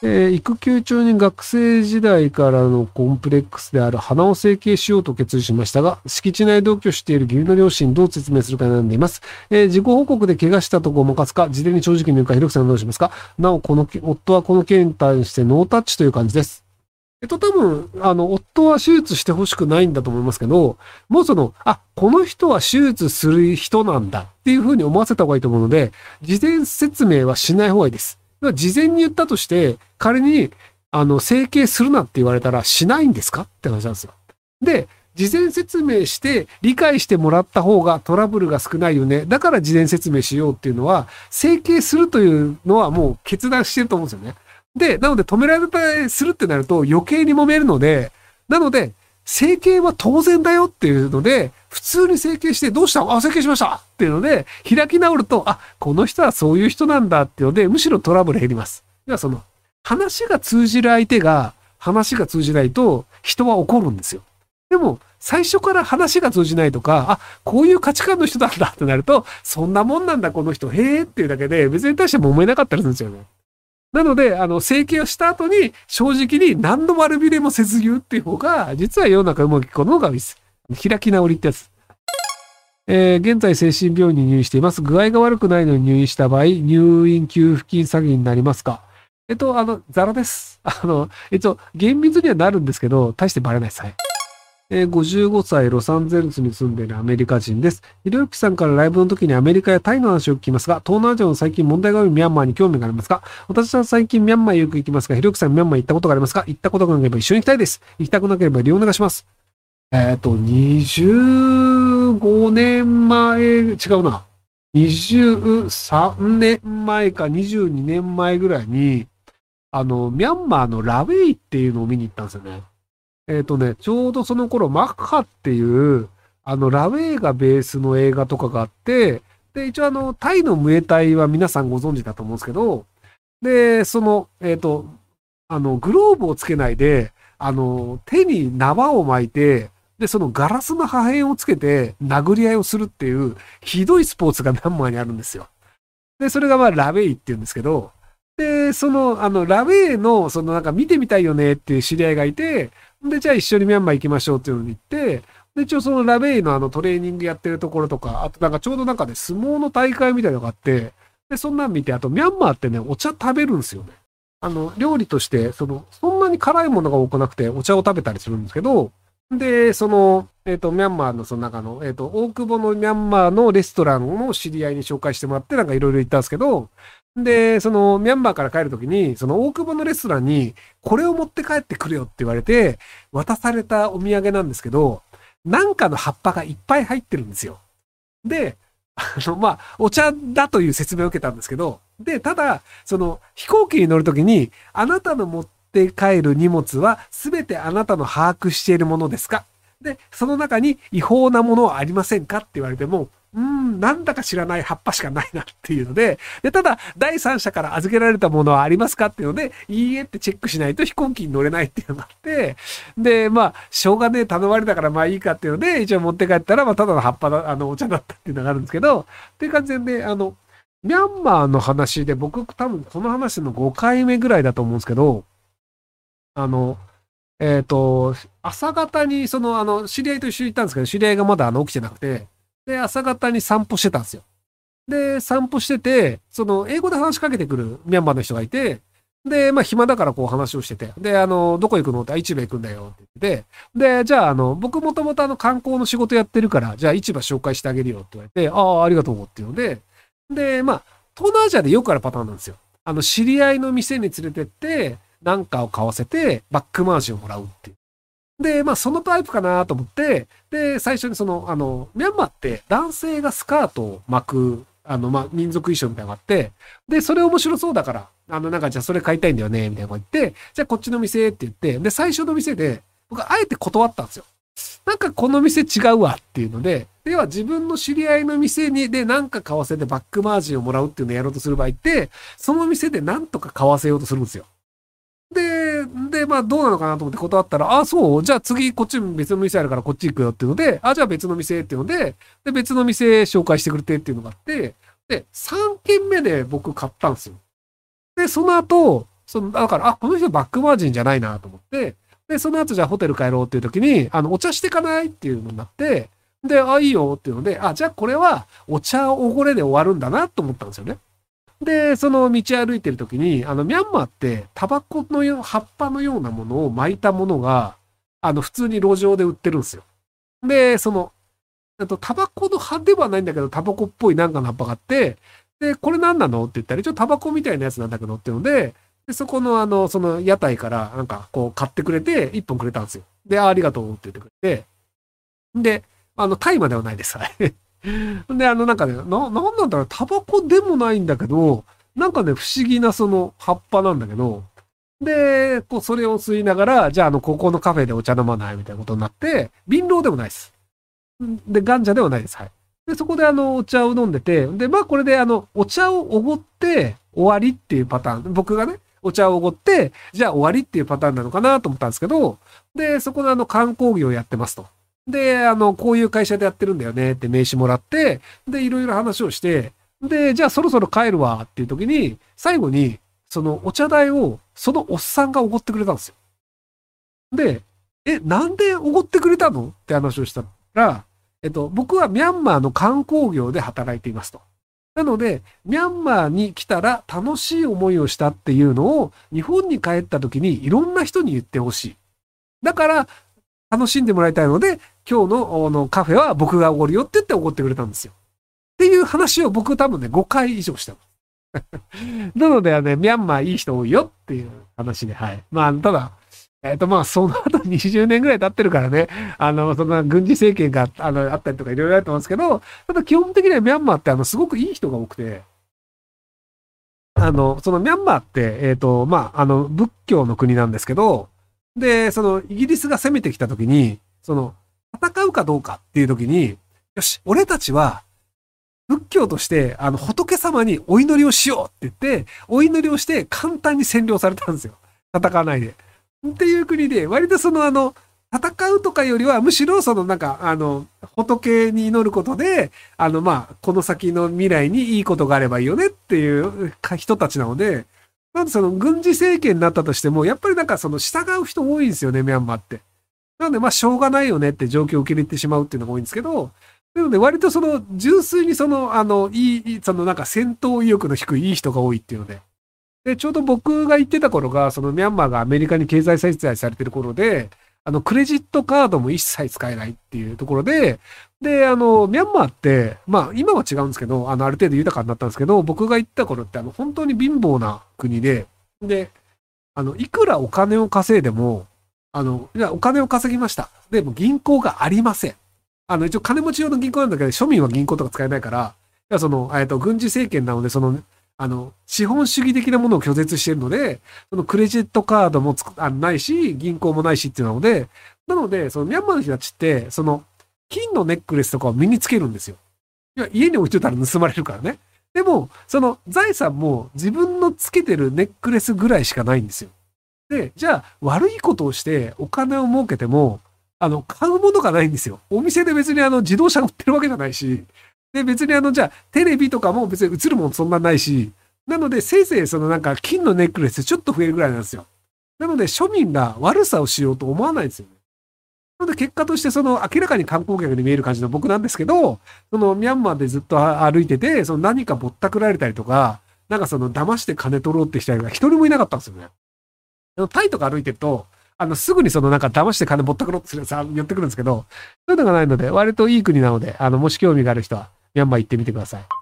育休中に学生時代からのコンプレックスである鼻を整形しようと決意しましたが、敷地内同居している義理の両親にどう説明するか悩んでいます。自己報告で怪我したとごまかすか、事前に正直に言うか、ひろきさんはどうしますか？なお、夫はこの件に対してノータッチという感じです。多分、夫は手術してほしくないんだと思いますけど、もうこの人は手術する人なんだっていうふうに思わせた方がいいと思うので、事前説明はしない方がいいです。事前に言ったとして、仮に、整形するなって言われたらしないんですかって話なんですよ。で、事前説明して理解してもらった方がトラブルが少ないよね。だから事前説明しようっていうのは、整形するというのはもう決断してると思うんですよね。で、なので止められたりするってなると余計に揉めるので、なので、整形は当然だよっていうので、普通に整形して、どうした整形しましたっていうので、開き直ると、この人はそういう人なんだっていうので、むしろトラブル減ります。では話が通じる相手が、話が通じないと、人は怒るんですよ。でも、最初から話が通じないとか、こういう価値観の人なんだってなると、そんなもんなんだこの人、へーっていうだけで、別に対して揉めなかったりするんですよね。なので、整形をした後に、正直に何の悪びれもせず言うっていう方が、実は世の中うまくいくのがいいです。開き直りってやつ。現在精神病院に入院しています。具合が悪くないのに入院した場合、入院給付金詐欺になりますか？ザラです。厳密にはなるんですけど、大してバレないです。はい。55歳、ロサンゼルスに住んでいるアメリカ人です。ひろゆきさんからライブの時にアメリカやタイの話を聞きますが、東南アジアの最近問題が多いミャンマーに興味がありますか？私は最近ミャンマーよく行きますが、ひろゆきさんミャンマー行ったことがありますか？行ったことがなければ一緒に行きたいです。行きたくなければ利用お願いします。25年前、違うな。23年前か22年前ぐらいに、ミャンマーのラウェイっていうのを見に行ったんですよね。ちょうどその頃、マッハっていう、ラウェイがベースの映画とかがあって、で、一応タイのムエタイは皆さんご存知だと思うんですけど、で、グローブをつけないで、手に縄を巻いて、で、そのガラスの破片をつけて殴り合いをするっていう、ひどいスポーツがミャンマーにあるんですよ。で、それがラウェイって言うんですけど、で、ラウェイの、見てみたいよねっていう知り合いがいて、で、じゃあ一緒にミャンマー行きましょうっていうのに行って、で、一応そのラベイのトレーニングやってるところとか、あとちょうどね、相撲の大会みたいなのがあって、で、そんなん見て、あとミャンマーってね、お茶食べるんですよね。料理として、そんなに辛いものが多くなくて、お茶を食べたりするんですけど、で、ミャンマーの大久保のミャンマーのレストランの知り合いに紹介してもらって、いろいろ行ったんですけど、で、ミャンマーから帰るときに、大久保のレストランに、これを持って帰ってくれよって言われて、渡されたお土産なんですけど、なんかの葉っぱがいっぱい入ってるんですよ。で、お茶だという説明を受けたんですけど、で、ただ、飛行機に乗るときに、あなたの持って帰る荷物は、すべてあなたの把握しているものですか？で、その中に違法なものはありませんかって言われても、なんだか知らない葉っぱしかないなっていうので、ただ、第三者から預けられたものはありますかっていうので、いいえってチェックしないと飛行機に乗れないっていうのがあって、で、しょうがねえ頼まれたからいいかっていうので、一応持って帰ったら、ただの葉っぱだ、お茶だったっていうのがあるんですけど、っていう感じでね、ミャンマーの話で、僕多分この話の5回目ぐらいだと思うんですけど、朝方に、知り合いと一緒に行ったんですけど、知り合いがまだ起きてなくて、で、朝方に散歩してたんですよ。で、散歩してて、英語で話しかけてくるミャンマーの人がいて、で、暇だからこう話をしてて、で、どこ行くのって、市場行くんだよって言ってて、で、じゃあ、僕もともと観光の仕事やってるから、じゃあ市場紹介してあげるよって言われて、ありがとうっていうので、で、東南アジアでよくあるパターンなんですよ。知り合いの店に連れてって、なんかを買わせて、バックマージンをもらうっていう。で、そのタイプかなと思って、で、最初にミャンマーって男性がスカートを巻く、民族衣装みたいなのがあって、で、それ面白そうだから、じゃあそれ買いたいんだよね、みたいなこと言って、じゃあこっちの店って言って、で、最初の店で、僕はあえて断ったんですよ。この店違うわっていうので、では自分の知り合いの店にで買わせてバックマージンをもらうっていうのをやろうとする場合って、その店でなんとか買わせようとするんですよ。で、どうなのかなと思って断ったら、そうじゃあ次こっち別の店あるからこっち行くよっていうので、じゃあ別の店っていうので、で、別の店紹介してくれてっていうのがあって、で、3軒目で僕買ったんですよ。で、その後、 だから、この人バックマージンじゃないなと思って、で、その後じゃあホテル帰ろうっていう時に、お茶してかないっていうのになって、で、いいよっていうので、じゃあこれはお茶おごれで終わるんだなと思ったんですよね。で、その道歩いてる時に、ミャンマーってタバコの葉っぱのようなものを巻いたものが、普通に路上で売ってるんですよ。で、タバコの葉ではないんだけど、タバコっぽいなんかの葉っぱがあって、で、これ何なのって言ったら、一応タバコみたいなやつなんだけどっていうので、で、そこのその屋台から、なんか、こう、買ってくれて、一本くれたんですよ。で、ありがとうって言ってくれて、で、大麻ではないです。はい。で、なんかね、なんなんだろう、タバコでもないんだけど、なんかね、不思議なその葉っぱなんだけど、で、こう、それを吸いながら、じゃあ、ここのカフェでお茶飲まないみたいなことになって、槟榔でもないです。で、ガンジャではないです。はい。で、そこでお茶を飲んでて、で、まあ、これでお茶をおごって終わりっていうパターン。僕がね、お茶をおごって、じゃあ終わりっていうパターンなのかなと思ったんですけど、で、そこで観光業やってますと。で、こういう会社でやってるんだよねって名刺もらって、で、いろいろ話をして、で、じゃあそろそろ帰るわっていう時に、最後に、そのお茶代を、そのおっさんがおごってくれたんですよ。で、なんでおごってくれたのって話をしたら、僕はミャンマーの観光業で働いていますと。なので、ミャンマーに来たら楽しい思いをしたっていうのを日本に帰った時にいろんな人に言ってほしい。だから、楽しんでもらいたいので、今日のカフェは僕がおごるよって言っておごってくれたんですよ。っていう話を僕多分ね、5回以上した。なのでね、ミャンマーいい人多いよっていう話で、はい。まあ、ただ、まあ、その後20年ぐらい経ってるからね、その軍事政権が、あったりとかいろいろあると思うんですけど、ただ基本的にはミャンマーってすごくいい人が多くて、そのミャンマーって、まあ、仏教の国なんですけど、で、そのイギリスが攻めてきた時に、戦うかどうかっていう時に、よし、俺たちは、仏教として、仏様にお祈りをしようって言って、お祈りをして簡単に占領されたんですよ。戦わないで。っていう国で、割と戦うとかよりは、むしろなんか、仏に祈ることで、まあ、この先の未来にいいことがあればいいよねっていう人たちなので、なんで軍事政権になったとしても、やっぱりなんか従う人多いんですよね、ミャンマーって。なので、まあ、しょうがないよねって状況を受け入れてしまうっていうのが多いんですけど、なので、割と純粋になんか戦闘意欲の低いいい人が多いっていうので。で、ちょうど僕が言ってた頃が、ミャンマーがアメリカに経済制裁されてる頃で、クレジットカードも一切使えないっていうところで、で、ミャンマーって、まあ、今は違うんですけど、ある程度豊かになったんですけど、僕が行った頃って、本当に貧乏な国で、で、いくらお金を稼いでも、いや、お金を稼ぎました。でも銀行がありません。一応金持ち用の銀行なんだけど、庶民は銀行とか使えないから、いや軍事政権なので、資本主義的なものを拒絶しているので、クレジットカードもないし、銀行もないしっていうので、なので、ミャンマーの人たちって、金のネックレスとかを身につけるんですよ。いや、家に置いといたら盗まれるからね。でも、財産も自分のつけてるネックレスぐらいしかないんですよ。で、じゃあ、悪いことをしてお金を儲けても、買うものがないんですよ。お店で別に自動車売ってるわけじゃないし、で、別にじゃあ、テレビとかも別に映るもんそんなないし、なので、せいぜいなんか金のネックレスちょっと増えるぐらいなんですよ。なので、庶民が悪さをしようと思わないんですよね。なので、結果として明らかに観光客に見える感じの僕なんですけど、ミャンマーでずっと歩いてて、何かぼったくられたりとか、なんか騙して金取ろうって人が一人もいなかったんですよね。タイとか歩いてると、すぐになんか騙して金ぼったくろうってするさ、寄ってくるんですけど、そういうのがないので、割といい国なので、もし興味がある人は、ミャンマー行ってみてください。